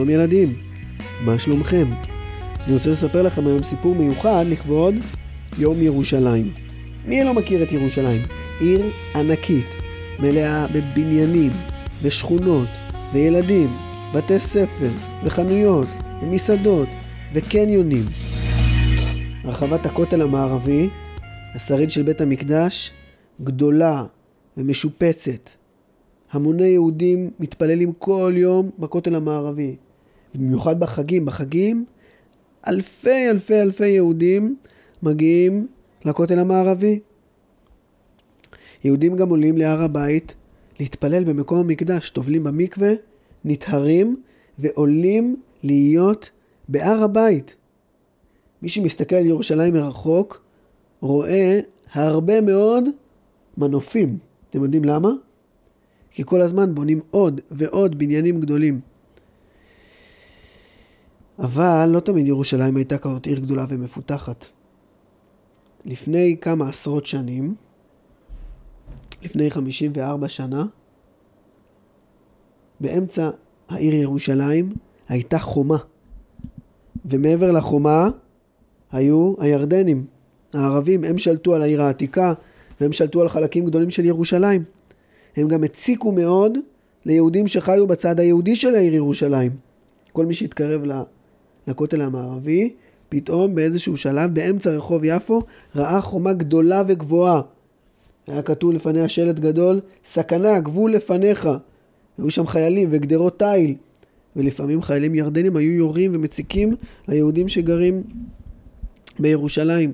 שלום ילדים, מה שלומכם? אני רוצה לספר לכם היום סיפור מיוחד לכבוד יום ירושלים. מי לא מכיר את ירושלים? עיר ענקית, מלאה בבניינים, בשכונות, וילדים, בתי ספר, וחנויות, ומסעדות, וקניונים. רחבת הכותל המערבי, השריד של בית המקדש, גדולה ומשופצת. המוני יהודים מתפללים כל יום בכותל המערבי. במיוחד בחגים אלפי יהודים מגיעים לכותל המערבי. יהודים גם עולים להר הבית להתפלל במקום המקדש, טובלים במקווה, נטהרים ועולים להיות בהר הבית. מי שמסתכל על ירושלים מרחוק רואה הרבה מאוד מנופים. אתם יודעים למה? כי כל הזמן בונים עוד ועוד בניינים גדולים. אבל לא תמיד ירושלים הייתה כזאת עיר גדולה ומפותחת. לפני כמה עשרות שנים, לפני 54 שנה, באמצע העיר ירושלים הייתה חומה. ומעבר לחומה היו הירדנים, הערבים. הם שלטו על העיר העתיקה, והם שלטו על חלקים גדולים של ירושלים. הם גם הציקו מאוד ליהודים שחיו בצד היהודי של העיר ירושלים. כל מי שהתקרב לכותל המערבי, פתאום באיזשהו שלב, באמצע רחוב יפו, ראה חומה גדולה וגבוהה. היה כתוב לפניה שלט גדול, סכנה, גבול לפניך. היו שם חיילים וגדרות תיל, ולפעמים חיילים ירדנים היו יורים ומציקים ליהודים שגרים בירושלים.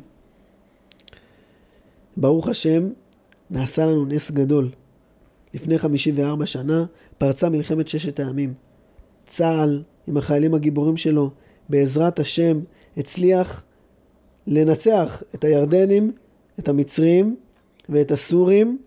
ברוך השם, נעשה לנו נס גדול. לפני 54 שנה פרצה מלחמת ששת הימים. צה"ל עם החיילים הגיבורים שלו, בעזרת השם, הצליח לנצח את הירדנים, את המצרים ואת הסורים,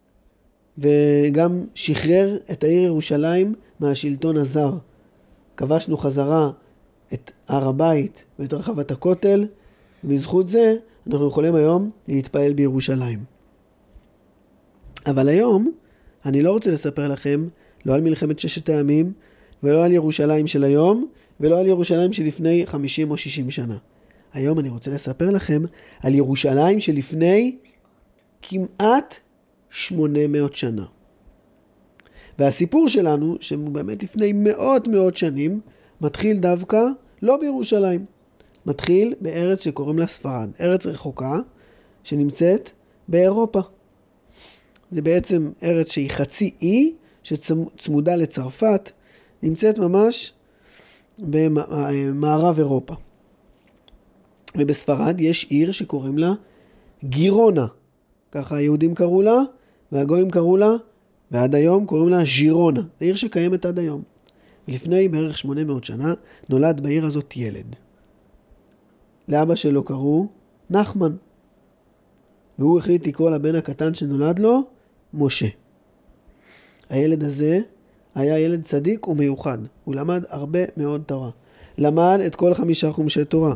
וגם שחרר את העיר ירושלים מהשלטון הזר. כבשנו חזרה את הר הבית ואת רחבת הכותל, ובזכות זה אנחנו יכולים היום להתפעל בירושלים. אבל היום אני לא רוצה לספר לכם לא על מלחמת ששת הימים, ולא על ירושלים של היום, ולא על ירושלים שלפני 50 או 60 שנה. היום אני רוצה לספר לכם על ירושלים שלפני כמעט 800 שנה. והסיפור שלנו, שהוא באמת לפני מאות שנים, מתחיל דווקא לא בירושלים. מתחיל בארץ שקוראים לה ספרד, ארץ רחוקה שנמצאת באירופה. זה בעצם ארץ שהיא חצי אי, שצמודה לצרפת, נמצאת ממש במערב אירופה. ובספרד יש עיר שקוראים לה גירונה. ככה היהודים קראו לה, והגויים קראו לה, ועד היום קוראים לה ז'ירונה. זו עיר שקיימת עד היום. ולפני בערך 800 שנה נולד בעיר הזאת ילד. לאבא שלו קראו נחמן. והוא החליט לקרוא לבן הקטן שנולד לו משה. הילד הזה היה ילד צדיק ומיוחד. הוא למד הרבה מאוד תורה. למד את כל 5 חומשי תורה.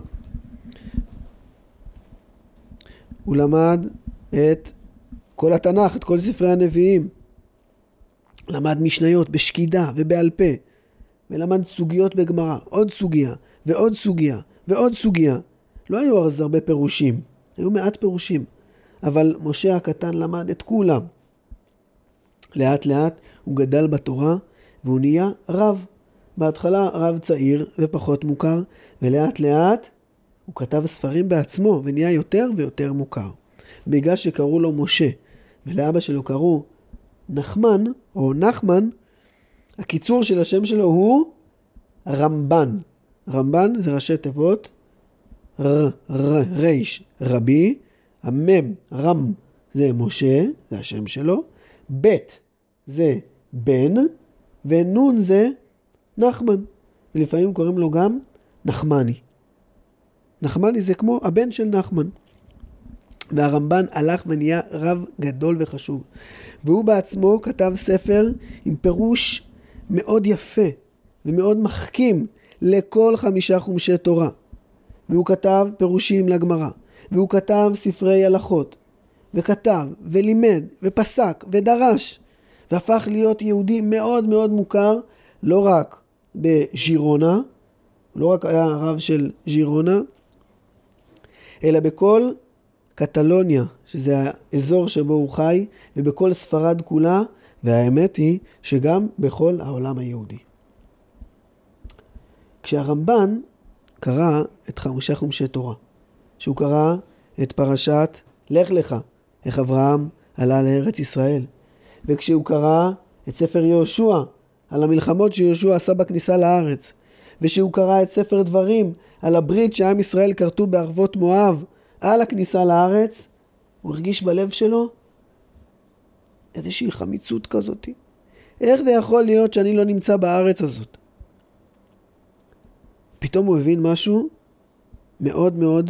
הוא למד את כל התנ"ך, את כל ספרי הנביאים. למד משניות בשקידה ובעל פה. ולמד סוגיות בגמרא. עוד סוגיה ועוד סוגיה ועוד סוגיה. לא היו אז הרבה פירושים. היו מעט פירושים. אבל משה הקטן למד את כולם. לאט לאט הוא גדל בתורה והוא נהיה רב. בהתחלה רב צעיר ופחות מוכר, ולאט לאט הוא כתב ספרים בעצמו ונהיה יותר ויותר מוכר. בגלל שקראו לו משה ולאבא שלו קראו נחמן או נחמן, הקיצור של השם שלו הוא רמב"ן. רמב"ן זה ראשי תיבות ריש רבי, המם רם זה משה, זה השם שלו, בית זה בן, ונון זה נחמן. ולפעמים קוראים לו גם נחמני. נחמני זה כמו הבן של נחמן. והרמב"ן הלך ונהיה רב גדול וחשוב. והוא בעצמו כתב ספר עם פירוש מאוד יפה ומאוד מחכים לכל 5 חומשי תורה. והוא כתב פירושים לגמרא. והוא כתב ספרי הלכות. וכתב ולימד ופסק ודרש. והפך להיות יהודי מאוד מאוד מוכר, לא רק בז'ירונה, לא רק היה הרב של ז'ירונה, אלא בכל קטלוניה, שזה האזור שבו הוא חי, ובכל ספרד כולה, והאמת היא שגם בכל העולם היהודי. כשהרמב"ן קרא את חמשי תורה, שהוא קרא את פרשת לך לך, איך אברהם עלה לארץ ישראל, וכשהוא קרא את ספר יהושע, על המלחמות שיהושע עשה בכניסה לארץ, ושהוא קרא את ספר דברים, על הברית שעם ישראל כרתו בערבות מואב, על הכניסה לארץ, הוא הרגיש בלב שלו איזושהי חמיצות כזאת. איך זה יכול להיות שאני לא נמצא בארץ הזאת? פתאום הוא הבין משהו מאוד מאוד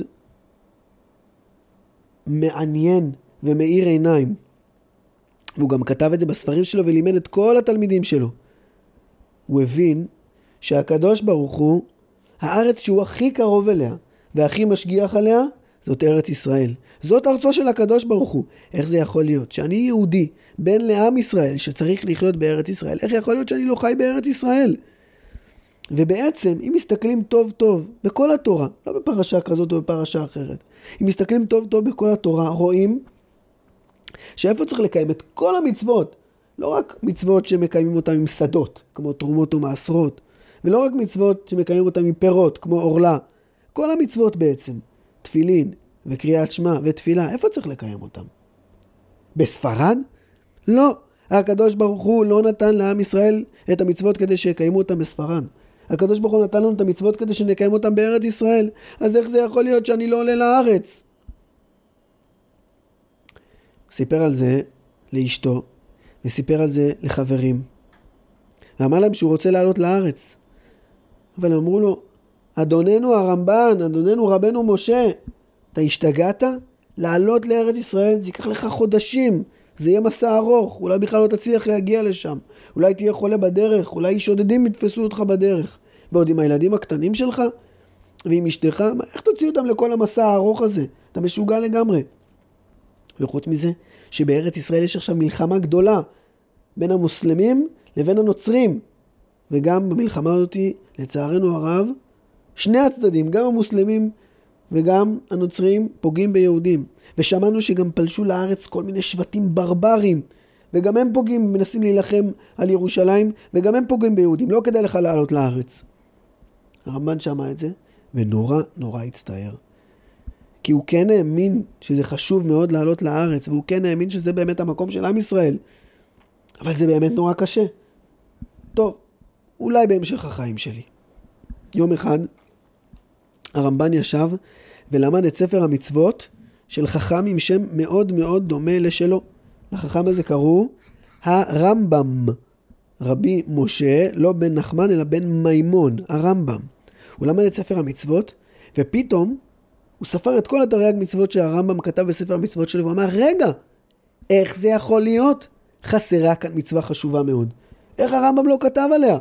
מעניין ומאיר עיניים. והוא גם כתב את זה בספרים שלו ולימד את כל התלמידים שלו. הוא הבין שהקדוש ברוך הוא, הארץ שהוא הכי קרוב אליה והכי משגיח עליה, זאת ארץ ישראל. זאת ארצו של הקדוש ברוך הוא. איך זה יכול להיות? שאני יהודי, בן לעם ישראל, שצריך לחיות בארץ ישראל. איך יכול להיות שאני לא חי בארץ ישראל? ובעצם, אם מסתכלים טוב טוב בכל התורה, לא בפרשה כזאת או בפרשה אחרת, אם מסתכלים טוב טוב בכל התורה, רואים שאיפה צריך לקיים את כל המצוות, לא רק מצוות שמקיימים אותם עם שדות, כמו תרומות ומעשרות, ולא רק מצוות שמקיימים אותם עם פירות, כמו אורלה, כל המצוות בעצם, תפילין וקריאת שמע ותפילה, איפה צריך לקיים אותם? בספרד? לא. הקדוש ברוך הוא לא נתן לעם ישראל את המצוות כדי שיקיימו אותם בספרד. הקדוש ברוך הוא נתן לנו את המצוות כדי שנקיים אותם בארץ ישראל. אז איך זה יכול להיות שאני לא עולה לארץ? סיפר על זה לאשתו, וסיפר על זה לחברים. ואמר להם שהוא רוצה לעלות לארץ. אבל אמרו לו, אדוננו הרמב"ן, אדוננו רבנו משה, אתה השתגעת? לעלות לארץ ישראל זה ייקח לך חודשים. זה יהיה מסע ארוך, אולי בכלל לא תצליח להגיע לשם. אולי תהיה חולה בדרך, אולי שודדים יתפסו אותך בדרך. ועוד עם הילדים הקטנים שלך, ועם אשתך, איך תוציא אותם לכל המסע הארוך הזה? אתה משוגע לגמרי. וחוץ מזה, שבארץ ישראל יש עכשיו מלחמה גדולה, בין המוסלמים לבין הנוצרים. וגם במלחמה הזאת, לצערנו הרב, שני הצדדים, גם המוסלמים וגם הנוצרים, פוגעים ביהודים. ושמענו שגם פלשו לארץ כל מיני שבטים ברברים, וגם הם פוגעים, מנסים להילחם על ירושלים, וגם הם פוגעים ביהודים. לא כדאי לך לעלות לארץ. הרמב"ן שמע את זה, ונורא נורא הצטער. כי הוא כן האמין שזה חשוב מאוד לעלות לארץ, והוא כן האמין שזה באמת המקום של עם ישראל. אבל זה באמת נורא קשה. טוב, אולי בהמשך החיים שלי. יום אחד, הרמב"ן ישב ולמד את ספר המצוות של חכם עם שם מאוד מאוד דומה לשלו. לחכם הזה קראו הרמב"ם. רבי משה, לא בן נחמן אלא בן מימון, הרמב"ם. הוא למד את ספר המצוות, ופתאום הוא ספר את כל התרי"ג מצוות שהרמב"ם כתב בספר המצוות שלו, ואמר, רגע, איך זה יכול להיות? חסרה כאן מצווה חשובה מאוד. איך הרמב"ם לא כתב עליה?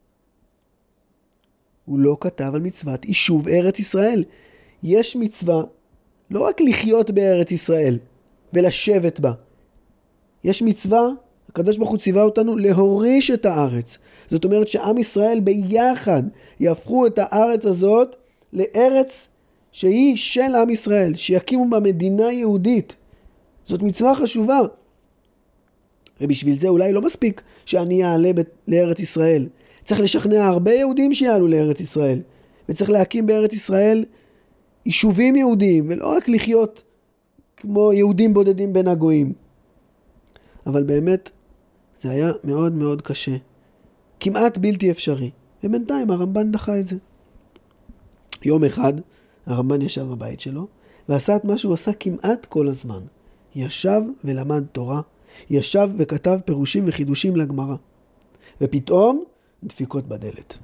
הוא לא כתב על מצוות יישוב ארץ ישראל. יש מצווה לא רק לחיות בארץ ישראל ולשבת בה. יש מצווה, הקדוש ברוך הוא ציווה אותנו להוריש את הארץ. זאת אומרת שעם ישראל ביחד יהפכו את הארץ הזאת לארץ שהיא של עם ישראל, שיקימו בה מדינה יהודית. זאת מצווה חשובה. ובשביל זה אולי לא מספיק שאני אעלה לארץ ישראל. צריך לשכנע הרבה יהודים שיעלו לארץ ישראל. וצריך להקים בארץ ישראל יישובים יהודיים, ולא רק לחיות כמו יהודים בודדים בין הגויים. אבל באמת זה היה מאוד מאוד קשה. כמעט בלתי אפשרי. ובינתיים הרמב"ן דחה את זה. יום אחד הרמב"ן ישב בבית שלו, ועשה את מה שהוא עשה כמעט כל הזמן. ישב ולמד תורה, ישב וכתב פירושים וחידושים לגמרא. ופתאום דפיקות בדלת.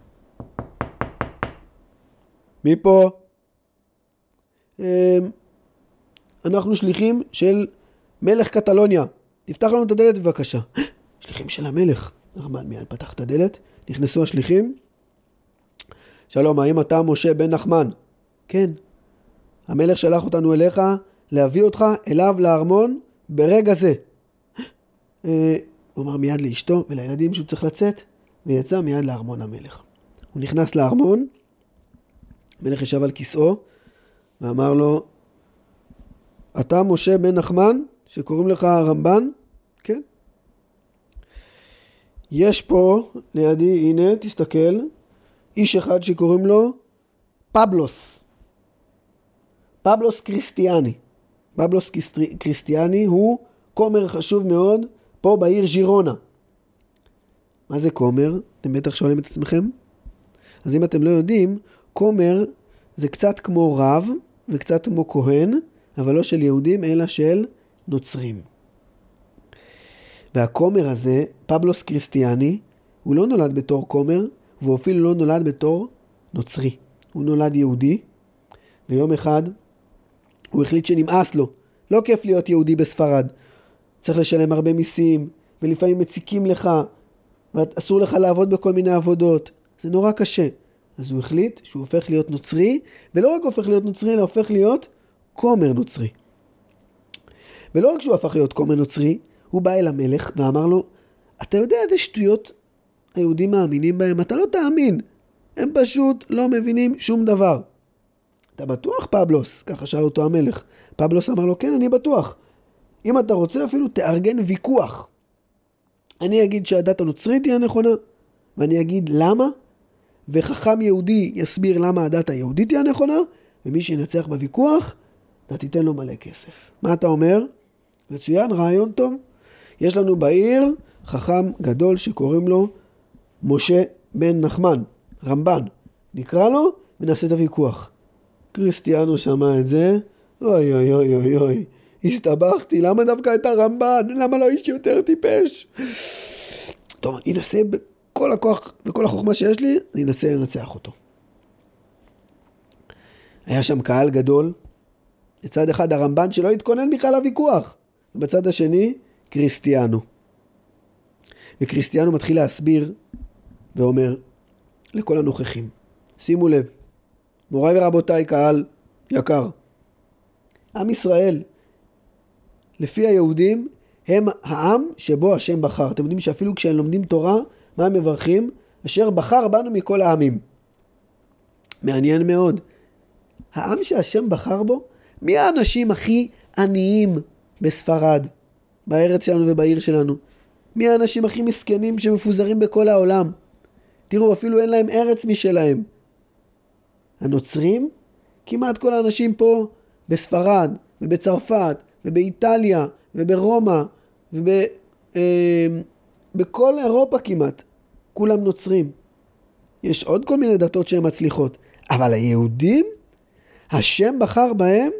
מי פה? אנחנו שליחים של מלך קטלוניה. תפתח לנו את הדלת בבקשה. שליחים של המלך. הרמב"ן מיד פתח את הדלת, נכנסו השליחים. שלום, האם אתה משה בן נחמן? כן. המלך שלח אותנו אליך להביא אותך אליו לארמון ברגע זה. הוא אמר מיד לאשתו ולילדים שהוא צריך לצאת, ויצא מיד לארמון המלך. הוא נכנס לארמון, המלך ישב על כיסאו, ואמר לו, אתה משה בן נחמן, שקוראים לך הרמב"ן? כן. יש פה לידי, הנה, תסתכל, איש אחד שקוראים לו פבלוס. פבלוס קריסטיאני. פבלוס קריסטיאני הוא כומר חשוב מאוד פה בעיר ז'ירונה. מה זה כומר? אתם בטח שואלים את עצמכם? אז אם אתם לא יודעים, כומר זה קצת כמו רב וקצת כמו כהן, אבל לא של יהודים אלא של נוצרים. והכומר הזה, פבלוס קריסטיאני, הוא לא נולד בתור כומר, והוא אפילו לא נולד בתור נוצרי. הוא נולד יהודי, ויום אחד הוא החליט שנמאס לו. לא כיף להיות יהודי בספרד. צריך לשלם הרבה מיסים, ולפעמים מציקים לך, ואסור לך לעבוד בכל מיני עבודות. זה נורא קשה. אז הוא החליט שהוא הופך להיות נוצרי, ולא רק הופך להיות נוצרי, אלא הופך להיות כומר נוצרי. ולא רק שהוא הפך להיות כומר נוצרי, הוא בא אל המלך ואמר לו, אתה יודע איזה שטויות היהודים מאמינים בהם? אתה לא תאמין. הם פשוט לא מבינים שום דבר. אתה בטוח, פבלוס? ככה שאל אותו המלך. פבלוס אמר לו, כן, אני בטוח. אם אתה רוצה אפילו תארגן ויכוח. אני אגיד שהדת הנוצרית היא הנכונה, ואני אגיד למה, וחכם יהודי יסביר למה הדת היהודית היא הנכונה, ומי שינצח בוויכוח, אתה תיתן לו מלא כסף. מה אתה אומר? מצוין, רעיון טוב. יש לנו בעיר חכם גדול שקוראים לו משה בן נחמן, רמב"ן. נקרא לו ונעשה את הוויכוח. קריסטיאנו שמע את זה, אוי אוי אוי אוי אוי, הסתבכתי, למה דווקא את הרמב"ן? למה לא איש יותר טיפש? טוב, אני אנסה בכל הכוח, בכל החוכמה שיש לי, אני אנסה לנצח אותו. היה שם קהל גדול, בצד אחד הרמב"ן שלא התכונן בכלל לוויכוח, ובצד השני קריסטיאנו. וקריסטיאנו מתחיל להסביר ואומר לכל הנוכחים, שימו לב, מוריי ורבותיי, קהל יקר, עם ישראל, לפי היהודים, הם העם שבו השם בחר. אתם יודעים שאפילו כשהם לומדים תורה, מה הם מברכים? אשר בחר בנו מכל העמים. מעניין מאוד. העם שהשם בחר בו, מי האנשים הכי עניים בספרד, בארץ שלנו ובעיר שלנו? מי האנשים הכי מסכנים שמפוזרים בכל העולם? תראו, אפילו אין להם ארץ משלהם. הנוצרים, כמעט כל האנשים פה בספרד ובצרפת ובאיטליה וברומא ובכל אירופה כמעט, כולם נוצרים. יש עוד כל מיני דתות שהן מצליחות, אבל היהודים, השם בחר בהם,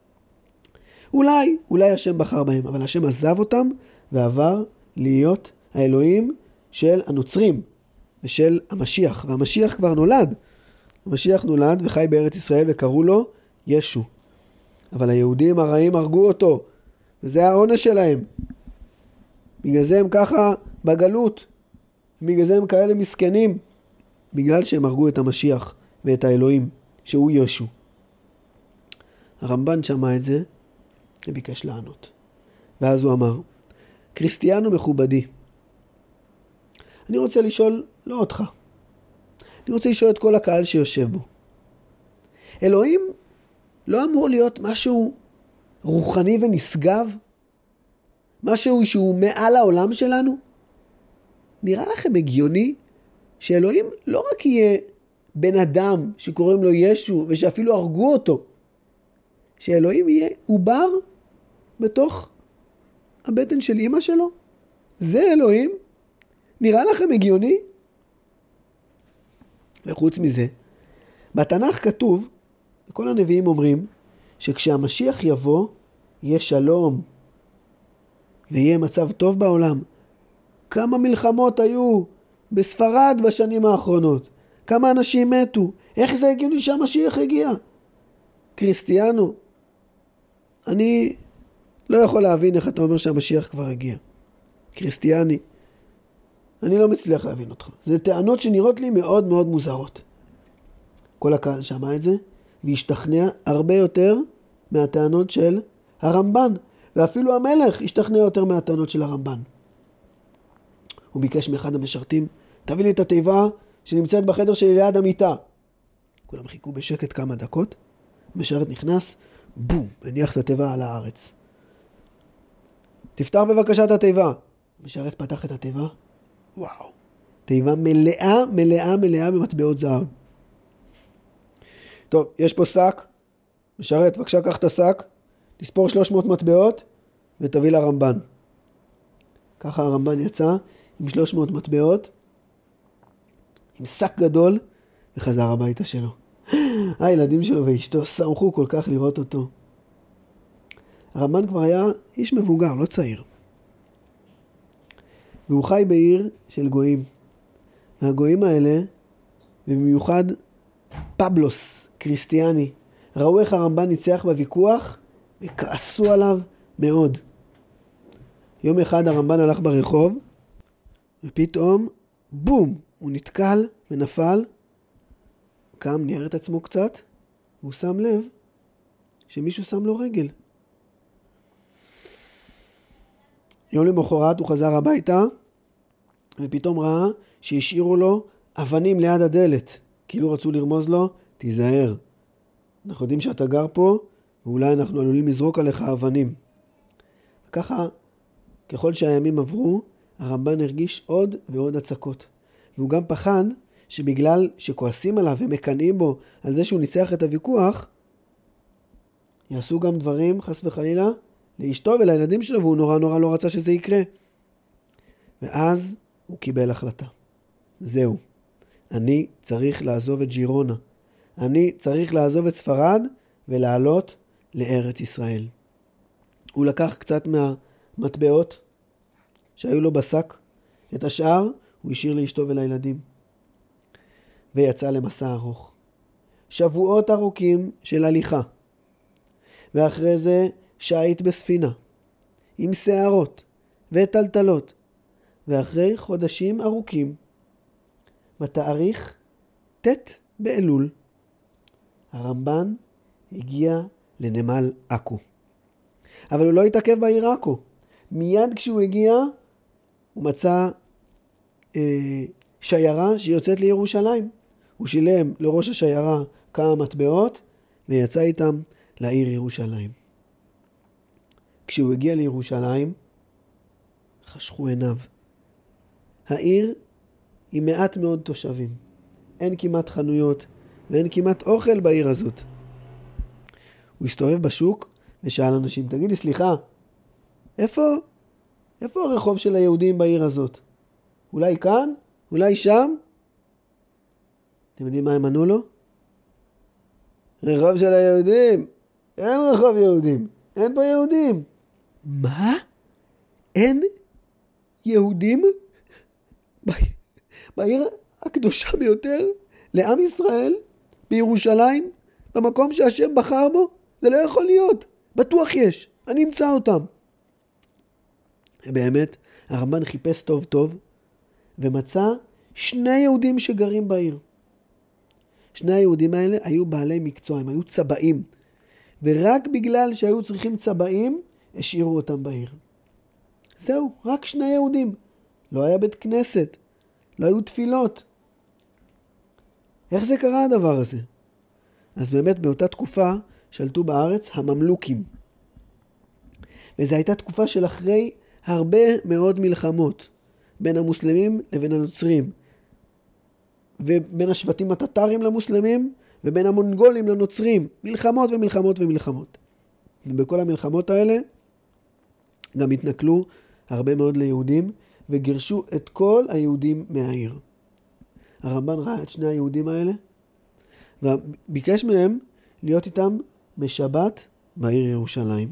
אולי השם בחר בהם, אבל השם עזב אותם ועבר להיות האלוהים של הנוצרים ושל המשיח, והמשיח כבר נולד. המשיח נולד וחי בארץ ישראל וקראו לו ישו. אבל היהודים הרעים הרגו אותו, וזה העונש שלהם. בגלל זה הם ככה בגלות, בגלל זה הם כאלה מסכנים, בגלל שהם הרגו את המשיח ואת האלוהים, שהוא ישו. הרמב"ן שמע את זה וביקש לענות. ואז הוא אמר, קריסטיאנו מכובדי, אני רוצה לשאול לא אותך, אני רוצה לשאול את כל הקהל שיושב בו. אלוהים לא אמור להיות משהו רוחני ונשגב? משהו שהוא מעל העולם שלנו? נראה לכם הגיוני שאלוהים לא רק יהיה בן אדם שקוראים לו ישו ושאפילו הרגו אותו, שאלוהים יהיה עובר בתוך הבטן של אמא שלו? זה אלוהים? נראה לכם הגיוני? וחוץ מזה, בתנ"ך כתוב, כל הנביאים אומרים, שכשהמשיח יבוא, יהיה שלום, ויהיה מצב טוב בעולם. כמה מלחמות היו בספרד בשנים האחרונות? כמה אנשים מתו? איך זה הגיוני שהמשיח הגיע? קריסטיאנו, אני לא יכול להבין איך אתה אומר שהמשיח כבר הגיע. קריסטיאני, אני לא מצליח להבין אותך. זה טענות שנראות לי מאוד מאוד מוזרות. כל הקהל שמע את זה, והשתכנע הרבה יותר מהטענות של הרמב"ן. ואפילו המלך השתכנע יותר מהטענות של הרמב"ן. הוא ביקש מאחד המשרתים, תביא לי את התיבה שנמצאת בחדר שלי ליד המיטה. כולם חיכו בשקט כמה דקות, המשרת נכנס, בום, הניח את התיבה על הארץ. תפתח בבקשה את התיבה. המשרת פתח את התיבה, וואו, תיבה מלאה במטבעות זהב. טוב, יש פה שק, משרת, בבקשה קח את השק, תספור 300 מטבעות ותביא לרמב"ן. ככה הרמב"ן יצא עם 300 מטבעות, עם שק גדול, וחזר הביתה שלו. הילדים שלו ואשתו שמחו כל כך לראות אותו. הרמב"ן כבר היה איש מבוגר, לא צעיר. והוא חי בעיר של גויים. והגויים האלה, ובמיוחד פבלוס, קריסטיאני, ראו איך הרמב"ן ניצח בוויכוח, וכעסו עליו מאוד. יום אחד הרמב"ן הלך ברחוב, ופתאום, בום, הוא נתקל ונפל, קם, ניער את עצמו קצת, והוא שם לב שמישהו שם לו רגל. יום למחרת הוא חזר הביתה, ופתאום ראה שהשאירו לו אבנים ליד הדלת. כאילו רצו לרמוז לו, תיזהר. אנחנו יודעים שאתה גר פה, ואולי אנחנו עלולים לזרוק עליך אבנים. וככה, ככל שהימים עברו, הרמב"ן הרגיש עוד ועוד הצקות. והוא גם פחד שבגלל שכועסים עליו ומקנאים בו על זה שהוא ניצח את הוויכוח, יעשו גם דברים, חס וחלילה, לאשתו ולילדים שלו, והוא נורא לא רצה שזה יקרה. ואז הוא קיבל החלטה. זהו. אני צריך לעזוב את ג'ירונה. אני צריך לעזוב את ספרד ולעלות לארץ ישראל. הוא לקח קצת מהמטבעות שהיו לו בשק. את השאר הוא השאיר לאשתו ולילדים. ויצא למסע ארוך. שבועות ארוכים של הליכה. ואחרי זה שעית בספינה. עם שערות וטלטלות. ואחרי חודשים ארוכים, בתאריך ט' באלול, הרמב"ן הגיע לנמל עכו. אבל הוא לא התעכב בעיר עכו. מיד כשהוא הגיע, הוא מצא שיירה שיוצאת לירושלים. הוא שילם לראש השיירה כמה מטבעות, ויצא איתם לעיר ירושלים. כשהוא הגיע לירושלים, חשכו עיניו. העיר היא מעט מאוד תושבים. אין כמעט חנויות, ואין כמעט אוכל בעיר הזאת. הוא הסתובב בשוק ושאל אנשים, תגידי, סליחה, איפה הרחוב של היהודים בעיר הזאת? אולי כאן? אולי שם? אתם יודעים מה הם ענו לו? רחוב של היהודים. אין רחוב יהודים. אין פה יהודים. מה? אין יהודים? בעיר הקדושה ביותר לעם ישראל, בירושלים, במקום שהשם בחר בו? זה לא יכול להיות. בטוח יש. אני אמצא אותם. באמת, הרמב"ן חיפש טוב טוב, ומצא 2 יהודים שגרים בעיר. 2 היהודים האלה היו בעלי מקצוע, הם היו צבאים. ורק בגלל שהיו צריכים צבאים, השאירו אותם בעיר. זהו, רק 2 יהודים. לא היה בית כנסת, לא היו תפילות. איך זה קרה הדבר הזה? אז באמת באותה תקופה שלטו בארץ הממלוכים. וזו הייתה תקופה של אחרי הרבה מאוד מלחמות, בין המוסלמים לבין הנוצרים, ובין השבטים הטטרים למוסלמים, ובין המונגולים לנוצרים, מלחמות ומלחמות ומלחמות. ובכל המלחמות האלה גם התנכלו הרבה מאוד ליהודים, וגירשו את כל היהודים מהעיר. הרמב"ן ראה את 2 היהודים האלה, וביקש מהם להיות איתם בשבת בעיר ירושלים.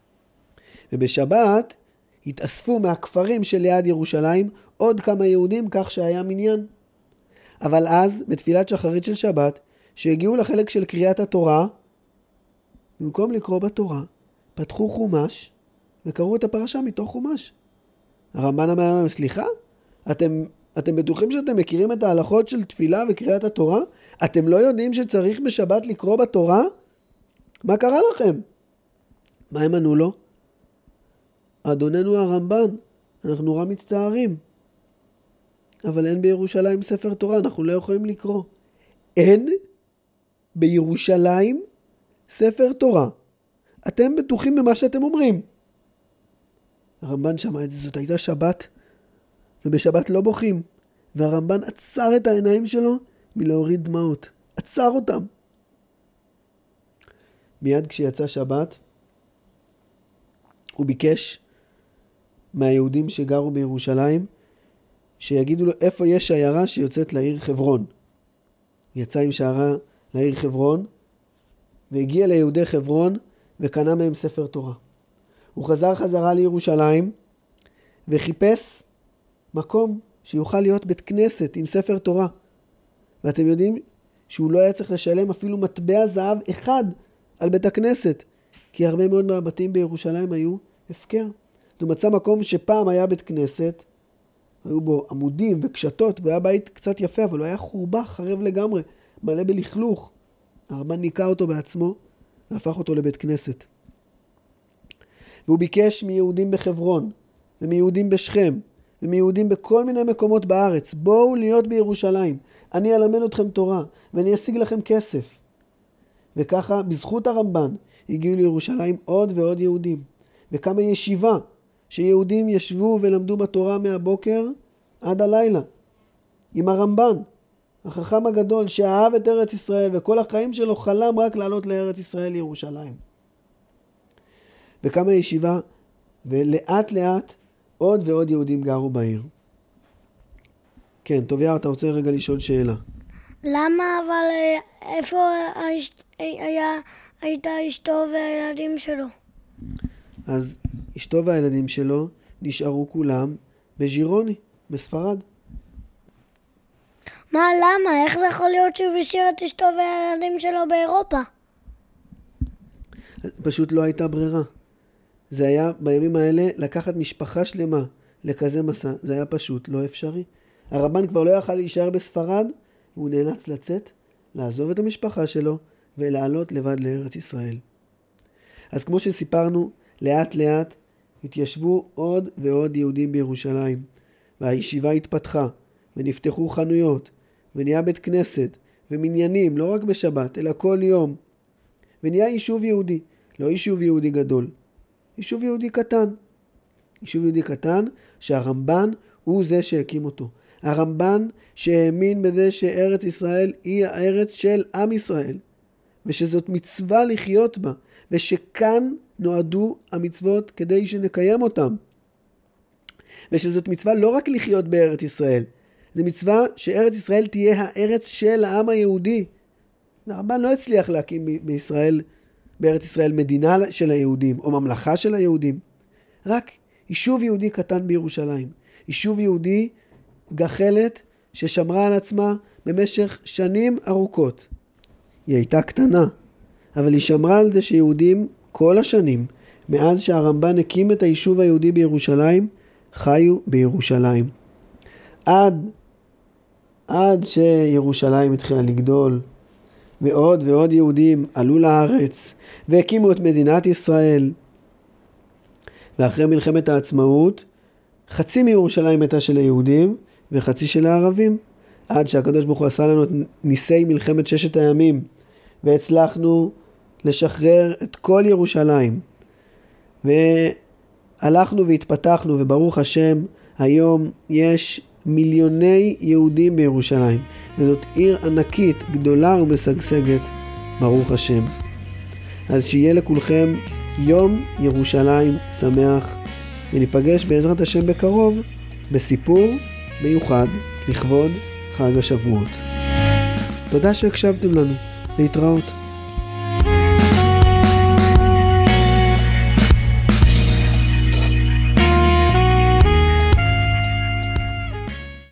ובשבת התאספו מהכפרים שליד ירושלים עוד כמה יהודים, כך שהיה מניין. אבל אז, בתפילת שחרית של שבת, שהגיעו לחלק של קריאת התורה, במקום לקרוא בתורה, פתחו חומש וקראו את הפרשה מתוך חומש. הרמב"ן אמר להם, סליחה? אתם בטוחים שאתם מכירים את ההלכות של תפילה וקריאת התורה? אתם לא יודעים שצריך בשבת לקרוא בתורה? מה קרה לכם? מה הם ענו לו? אדוננו הרמב"ן, אנחנו נורא מצטערים. אבל אין בירושלים ספר תורה, אנחנו לא יכולים לקרוא. אין בירושלים ספר תורה. אתם בטוחים במה שאתם אומרים. הרמב"ן שמע את זה, זאת הייתה שבת, ובשבת לא בוכים. והרמב"ן עצר את העיניים שלו מלהוריד דמעות. עצר אותם. מיד כשיצא שבת, הוא ביקש מהיהודים שגרו בירושלים, שיגידו לו איפה יש שיירה שיוצאת לעיר חברון. יצא עם שיירה לעיר חברון, והגיע ליהודי חברון, וקנה מהם ספר תורה. הוא חזר חזרה לירושלים, וחיפש מקום שיוכל להיות בית כנסת עם ספר תורה. ואתם יודעים שהוא לא היה צריך לשלם אפילו מטבע זהב אחד על בית הכנסת, כי הרבה מאוד מהבתים בירושלים היו הפקר. הוא מצא מקום שפעם היה בית כנסת, היו בו עמודים וקשתות, והיה בית קצת יפה, אבל הוא היה חורבח, חרב לגמרי, מלא בלכלוך. הרמב"ן ניקה אותו בעצמו, והפך אותו לבית כנסת. והוא ביקש מיהודים בחברון, ומיהודים בשכם, ומיהודים בכל מיני מקומות בארץ, בואו להיות בירושלים, אני אלמד אתכם תורה, ואני אשיג לכם כסף. וככה, בזכות הרמב"ן, הגיעו לירושלים עוד ועוד יהודים. וכמה ישיבה, שיהודים ישבו ולמדו בתורה מהבוקר עד הלילה. עם הרמב"ן, החכם הגדול שאהב את ארץ ישראל, וכל החיים שלו חלם רק לעלות לארץ ישראל לירושלים. וכמה ישיבה, ולאט לאט עוד ועוד יהודים גרו בעיר. כן, טוביה, אתה רוצה רגע לשאול שאלה. למה אבל איפה הייתה אשתו והילדים שלו? אז אשתו והילדים שלו נשארו כולם בז'ירוני, בספרד. מה, למה? איך זה יכול להיות שהוא השאיר את אשתו והילדים שלו באירופה? פשוט לא הייתה ברירה. זה היה בימים האלה לקחת משפחה שלמה לכזה מסע. זה היה פשוט לא אפשרי. הרמב"ן כבר לא יכל להישאר בספרד, והוא נאלץ לצאת, לעזוב את המשפחה שלו ולעלות לבד לארץ ישראל. אז כמו שסיפרנו, לאט לאט התיישבו עוד ועוד יהודים בירושלים, והישיבה התפתחה, ונפתחו חנויות, ונהיה בית כנסת, ומניינים, לא רק בשבת, אלא כל יום. ונהיה יישוב יהודי, לא יישוב יהודי גדול, יישוב יהודי קטן. יישוב יהודי קטן שהרמב"ן הוא זה שהקים אותו. הרמב"ן שהאמין בזה שארץ ישראל היא הארץ של עם ישראל, ושזאת מצווה לחיות בה, ושכאן נועדו המצוות כדי שנקיים אותם. ושזאת מצווה לא רק לחיות בארץ ישראל, זה מצווה שארץ ישראל תהיה הארץ של העם היהודי. הרמב"ן לא הצליח להקים בישראל, בארץ ישראל, מדינה של היהודים או ממלכה של היהודים. רק יישוב יהודי קטן בירושלים. יישוב יהודי גחלת ששמרה על עצמה במשך שנים ארוכות. היא הייתה קטנה, אבל היא שמרה על זה שיהודים כל השנים, מאז שהרמב"ן הקים את היישוב היהודי בירושלים, חיו בירושלים. עד שירושלים התחילה לגדול, ועוד ועוד יהודים עלו לארץ, והקימו את מדינת ישראל. ואחרי מלחמת העצמאות, חצי מירושלים הייתה של היהודים, וחצי של הערבים. עד שהקדוש ברוך הוא עשה לנו את ניסי מלחמת ששת הימים, והצלחנו לשחרר את כל ירושלים. והלכנו והתפתחנו, וברוך השם, היום יש מיליוני יהודים בירושלים, וזאת עיר ענקית, גדולה ומשגשגת, ברוך השם. אז שיהיה לכולכם יום ירושלים שמח, וניפגש בעזרת השם בקרוב בסיפור מיוחד לכבוד חג השבועות. תודה שהקשבתם לנו, להתראות.